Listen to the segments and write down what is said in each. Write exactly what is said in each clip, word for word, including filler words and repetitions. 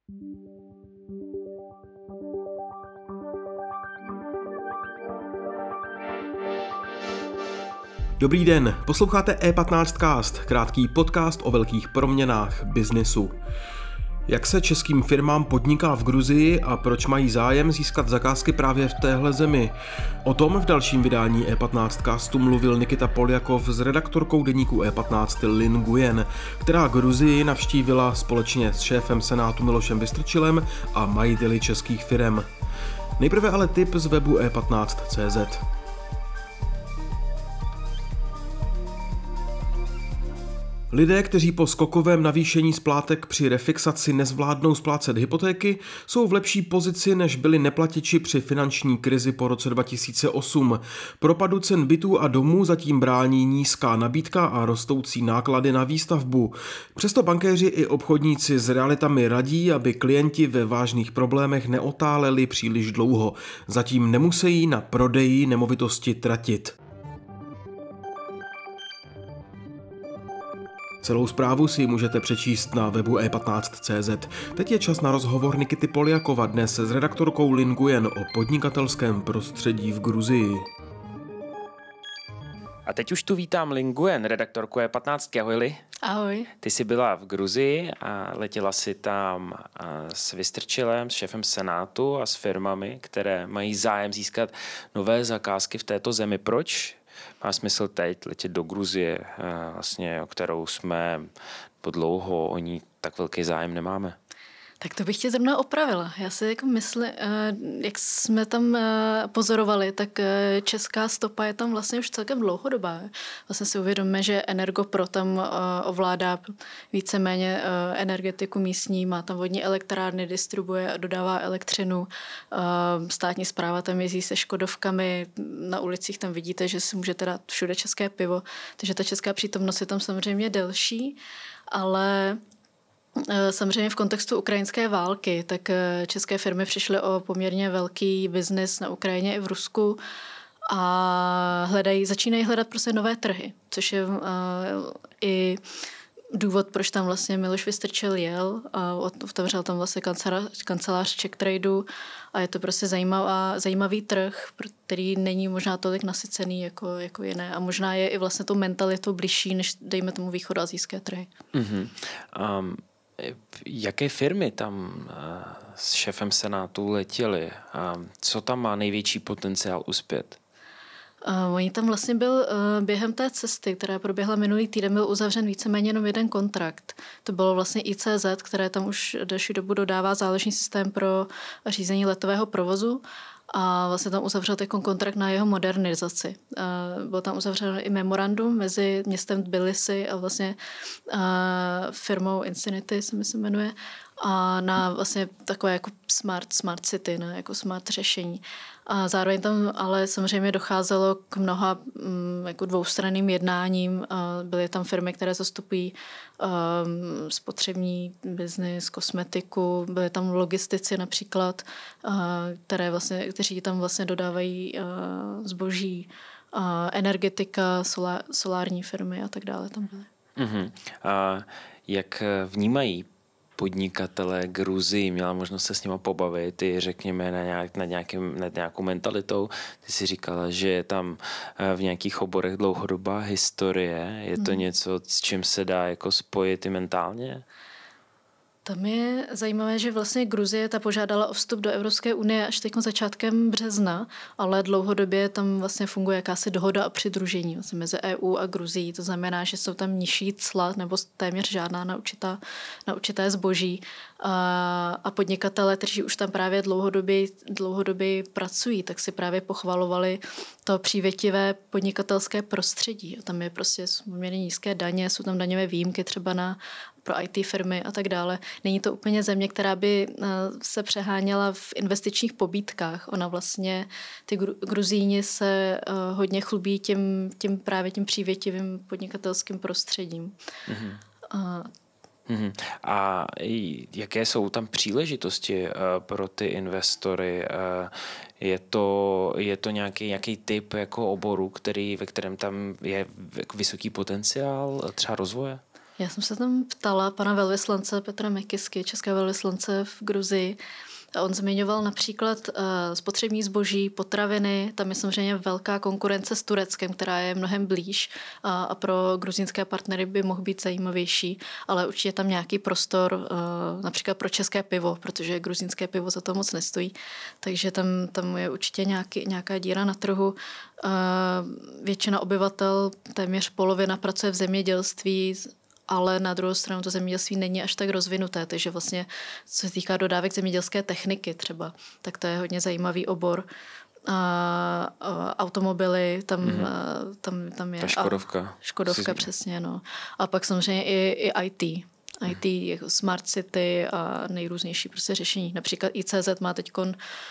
Dobrý den, posloucháte E patnáct Cast, krátký podcast o velkých proměnách biznesu. Jak se českým firmám podniká v Gruzii a proč mají zájem získat zakázky právě v téhle zemi? O tom v dalším vydání E patnáct Castu mluvil Nikita Poljakov s redaktorkou deníku E patnáct Lin Nguyen, která Gruzii navštívila společně s šéfem Senátu Milošem Vystrčilem a majiteli českých firem. Nejprve ale tip z webu E patnáct tečka cé zet. Lidé, kteří po skokovém navýšení splátek při refixaci nezvládnou splácet hypotéky, jsou v lepší pozici, než byli neplatiči při finanční krizi po roce dva tisíce osm. Propadu cen bytů a domů zatím brání nízká nabídka a rostoucí náklady na výstavbu. Přesto bankéři i obchodníci s realitami radí, aby klienti ve vážných problémech neotáleli příliš dlouho. Zatím nemusí na prodeji nemovitosti tratit. Celou zprávu si můžete přečíst na webu E patnáct tečka cé zet. Teď je čas na rozhovor Nikity Poljakova dnes s redaktorkou Lin Nguyen o podnikatelském prostředí v Gruzii. A teď už tu vítám Lin Nguyen, redaktorku E patnáct. Ahoj, Li. Ahoj. Ty jsi byla v Gruzii a letěla si tam s Vystrčilem, s šéfem Senátu a s firmami, které mají zájem získat nové zakázky v této zemi. Proč má smysl teď letět do Gruzie, vlastně, o kterou jsme po dlouho o ní tak velký zájem nemáme? Tak to bych tě zrovna opravila. Já si jako myslím, jak jsme tam pozorovali, tak česká stopa je tam vlastně už celkem dlouhodobá. Vlastně si uvědomíme, že Energopro tam ovládá víceméně energetiku místní, má tam vodní elektrárny, distribuje a dodává elektřinu. Státní správa tam jezdí se škodovkami, na ulicích tam vidíte, že si můžete dát všude české pivo, takže ta česká přítomnost je tam samozřejmě delší, ale samozřejmě v kontextu ukrajinské války, tak české firmy přišly o poměrně velký biznis na Ukrajině i v Rusku a hledají, začínají hledat prostě nové trhy, což je uh, i důvod, proč tam vlastně Miloš Vystrčil jel a otevřel tam vlastně kancelář, kancelář Czech Tradeu a je to prostě zajímavá, zajímavý trh, který není možná tolik nasycený jako, jako jiné a možná je i vlastně tou mentalitou bližší, než dejme tomu východoasijské trhy. Mm-hmm. Um... Jaké firmy tam s šéfem Senátu letěly? Co tam má největší potenciál uspět? Uh, oni tam vlastně byl uh, během té cesty, která proběhla minulý týden, byl uzavřen víceméně jenom jeden kontrakt. To bylo vlastně I C Z, které tam už delší dobu dodává záložní systém pro řízení letového provozu. A vlastně tam uzavřel takový kontrakt na jeho modernizaci. Bylo tam uzavřeno i memorandum mezi městem Tbilisi a vlastně firmou Infinity, se mi se jmenuje, a na vlastně takové jako smart, smart city, ne, jako smart řešení. A zároveň tam ale samozřejmě docházelo k mnoha m, jako dvoustranným jednáním. Byly tam firmy, které zastupují um, spotřební biznis, kosmetiku, byly tam logistici například, uh, které vlastně, kteří tam vlastně dodávají uh, zboží, uh, energetika, solá, solární firmy a tak dále tam byly. Uh-huh. A jak vnímají podnikatelé Gruzii, měla možnost se s nimi pobavit, i řekněme na, nějak, na, nějakým, na nějakou mentalitou. Ty jsi říkala, že je tam v nějakých oborech dlouhodobá historie. Je to hmm. něco, s čím se dá jako spojit i mentálně? Tam je zajímavé, že vlastně Gruzie ta požádala o vstup do Evropské unie až teď začátkem března, ale dlouhodobě tam vlastně funguje jakási dohoda o přidružení vlastně mezi E U a Gruzií. To znamená, že jsou tam nižší cla nebo téměř žádná na, určitá, na určité zboží. A, a podnikatelé, kteří už tam právě dlouhodobě, dlouhodobě pracují, tak si právě pochvalovali to přívětivé podnikatelské prostředí. A tam je prostě poměrně nízké daně, jsou tam daňové výjimky třeba na pro í té firmy a tak dále. Není to úplně země, která by se přeháněla v investičních pobídkách. Ona vlastně, ty Gruzíni se hodně chlubí tím, tím právě tím přívětivým podnikatelským prostředím. Mm-hmm. A Mm-hmm. A jaké jsou tam příležitosti uh, pro ty investory? Uh, je to, je to nějaký, nějaký typ jako oboru, který, ve kterém tam je vysoký potenciál třeba rozvoje? Já jsem se tam ptala pana velvyslance Petra Mekisky, českého velvyslance v Gruzii. A on zmiňoval například uh, spotřební zboží, potraviny, tam je samozřejmě velká konkurence s Tureckem, která je mnohem blíž a, a pro gruzínské partnery by mohl být zajímavější, ale určitě tam nějaký prostor uh, například pro české pivo, protože gruzínské pivo za to moc nestojí, takže tam, tam je určitě nějaký, nějaká díra na trhu. Uh, většina obyvatel, téměř polovina pracuje v zemědělství, ale na druhou stranu to zemědělství není až tak rozvinuté, takže vlastně co se týká dodávek zemědělské techniky třeba, tak to je hodně zajímavý obor. A, a automobily, tam, mm-hmm. a, tam, tam je... Ta Škodovka. A, Škodovka, přesně, no. A pak samozřejmě i, i í té. í té, jako Smart City a nejrůznější prostě řešení. Například í cé zet má teď uh,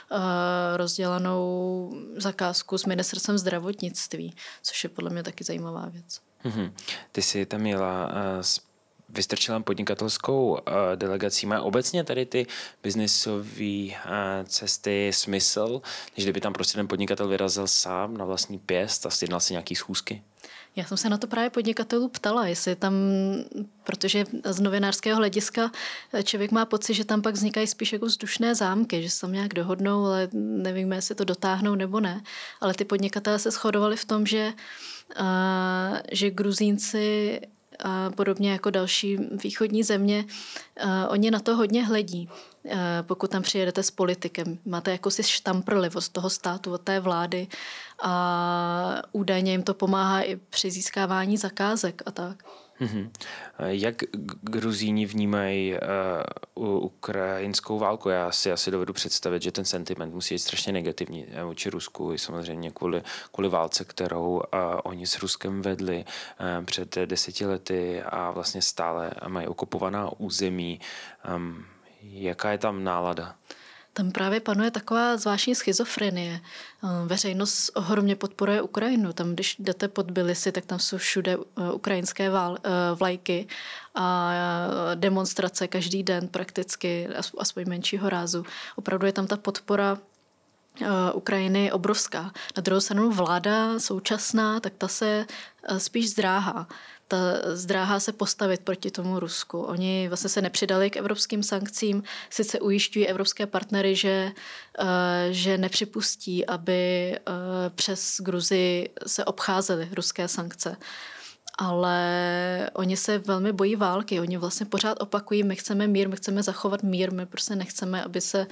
rozdělanou zakázku s ministerstvem zdravotnictví, což je podle mě taky zajímavá věc. Mm-hmm. Ty jsi tam jela uh, s Vystrčilem podnikatelskou uh, delegací. Má obecně tady ty biznisové uh, cesty smysl, než kdyby tam prostě ten podnikatel vyrazil sám na vlastní pěst a sjednal si nějaký schůzky? Já jsem se na to právě podnikatelů ptala, jestli tam, protože z novinářského hlediska člověk má pocit, že tam pak vznikají spíš jako vzdušné zámky, že se tam nějak dohodnou, ale nevíme, jestli to dotáhnou nebo ne. Ale ty podnikatelé se shodovali v tom, že, uh, že Gruzínci a podobně jako další východní země, uh, oni na to hodně hledí. Uh, pokud tam přijedete s politikem, máte jakousi štamprlivost toho státu, od té vlády a údajně jim to pomáhá i při získávání zakázek a tak. Mm-hmm. Jak Gruzíni vnímají uh, ukrajinskou válku? Já si asi dovedu představit, že ten sentiment musí být strašně negativní vůči Rusku, samozřejmě kvůli, kvůli válce, kterou uh, oni s Ruskem vedli uh, před deseti lety a vlastně stále mají okupovaná území. Um, jaká je tam nálada? Tam právě panuje taková zvláštní schizofrenie. Veřejnost ohromně podporuje Ukrajinu. Tam, když jdete pod Tbilisi, tak tam jsou všude ukrajinské vlajky a demonstrace každý den prakticky, aspoň menšího rázu. Opravdu je tam ta podpora Ukrajiny obrovská. Na druhou stranu vláda současná, tak ta se spíš zdráhá. Ta zdráhá se postavit proti tomu Rusku. Oni vlastně se nepřidali k evropským sankcím, sice ujišťují evropské partnery, že, že nepřipustí, aby přes Gruzii se obcházely ruské sankce. Ale oni se velmi bojí války. Oni vlastně pořád opakují, my chceme mír, my chceme zachovat mír, my prostě nechceme, aby se,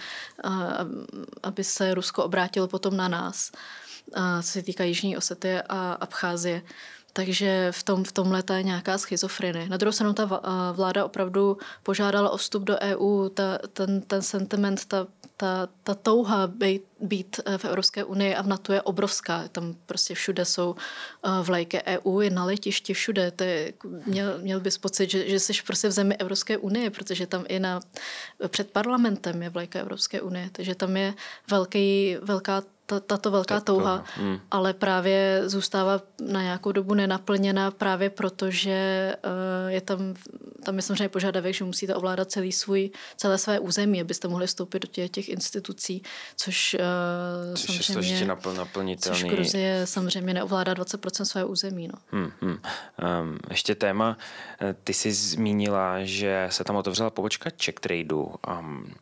aby se Rusko obrátilo potom na nás, co se týká Jižní Osety a Abcházie. Takže v tom v tomhle je nějaká schizofrenie. Na druhou stranu ta vláda opravdu požádala o vstup do é ú, ta, ten, ten sentiment, ta, ta, ta touha být, být v Evropské unii a v NATO je obrovská. Tam prostě všude jsou vlajky é ú, je na letišti všude. To je, měl, měl bys pocit, že, že jsi prostě v zemi Evropské unie, protože tam i na, před parlamentem je vlajka Evropské unie. Takže tam je velký, velká tato velká touha, hmm. ale právě zůstává na nějakou dobu nenaplněna právě proto, že je tam, tam je samozřejmě požadavek, že musíte ovládat celý svůj, celé své území, abyste mohli vstoupit do těch, těch institucí, což, což samozřejmě, je složitě napl, naplnitelný. Což Gruzie samozřejmě neovládá dvacet procent svého území. No. Hmm, hmm. Um, ještě téma, ty jsi zmínila, že se tam otevřela pobočka CzechTradeu. Um,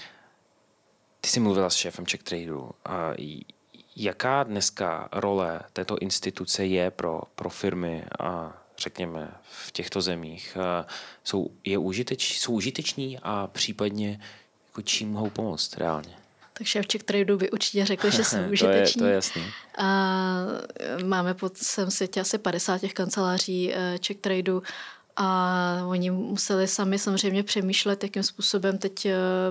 Ty jsi mluvila s šéfem CzechTradeu. Jaká dneska role této instituce je pro, pro firmy a řekněme v těchto zemích? Jsou, je užiteč, jsou užiteční a případně jako čím mohou pomoct reálně? Tak šéf CzechTradeu by určitě řekl, že jsou to užiteční. Je, to je jasný. A máme po celém světě asi padesát těch kanceláří CzechTradeu a oni museli sami samozřejmě přemýšlet, jakým způsobem teď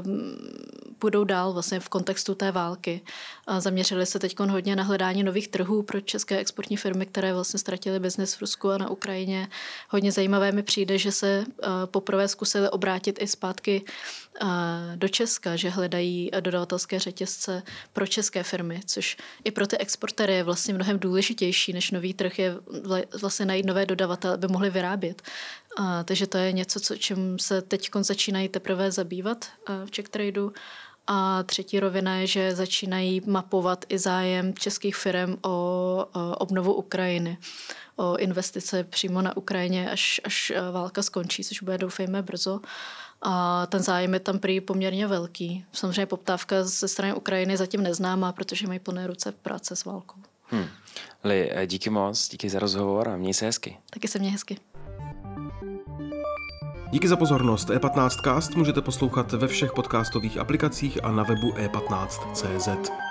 budou dál vlastně v kontextu té války. A zaměřili se teď hodně na hledání nových trhů pro české exportní firmy, které vlastně ztratily biznes v Rusku a na Ukrajině. Hodně zajímavé mi přijde, že se poprvé zkusili obrátit i zpátky do Česka, že hledají dodavatelské řetězce pro české firmy, což i pro ty exportéry je vlastně mnohem důležitější, než nový trh je vlastně najít nové dodavatele, aby mohli vyrábět. A, takže to je něco, co, čím se teď začínají teprve zabývat v CzechTradeu. A třetí rovina je, že začínají mapovat i zájem českých firm o, o obnovu Ukrajiny, o investice přímo na Ukrajině, až, až válka skončí, což bude doufejme brzo. A ten zájem je tam prý poměrně velký. Samozřejmě poptávka ze strany Ukrajiny zatím neznámá, protože mají plné ruce práce s válkou. Hmm. Li, díky moc, díky za rozhovor a měj se hezky. Taky se mě hezky. Díky za pozornost. E patnáct cast můžete poslouchat ve všech podcastových aplikacích a na webu e patnáct tečka cé zet.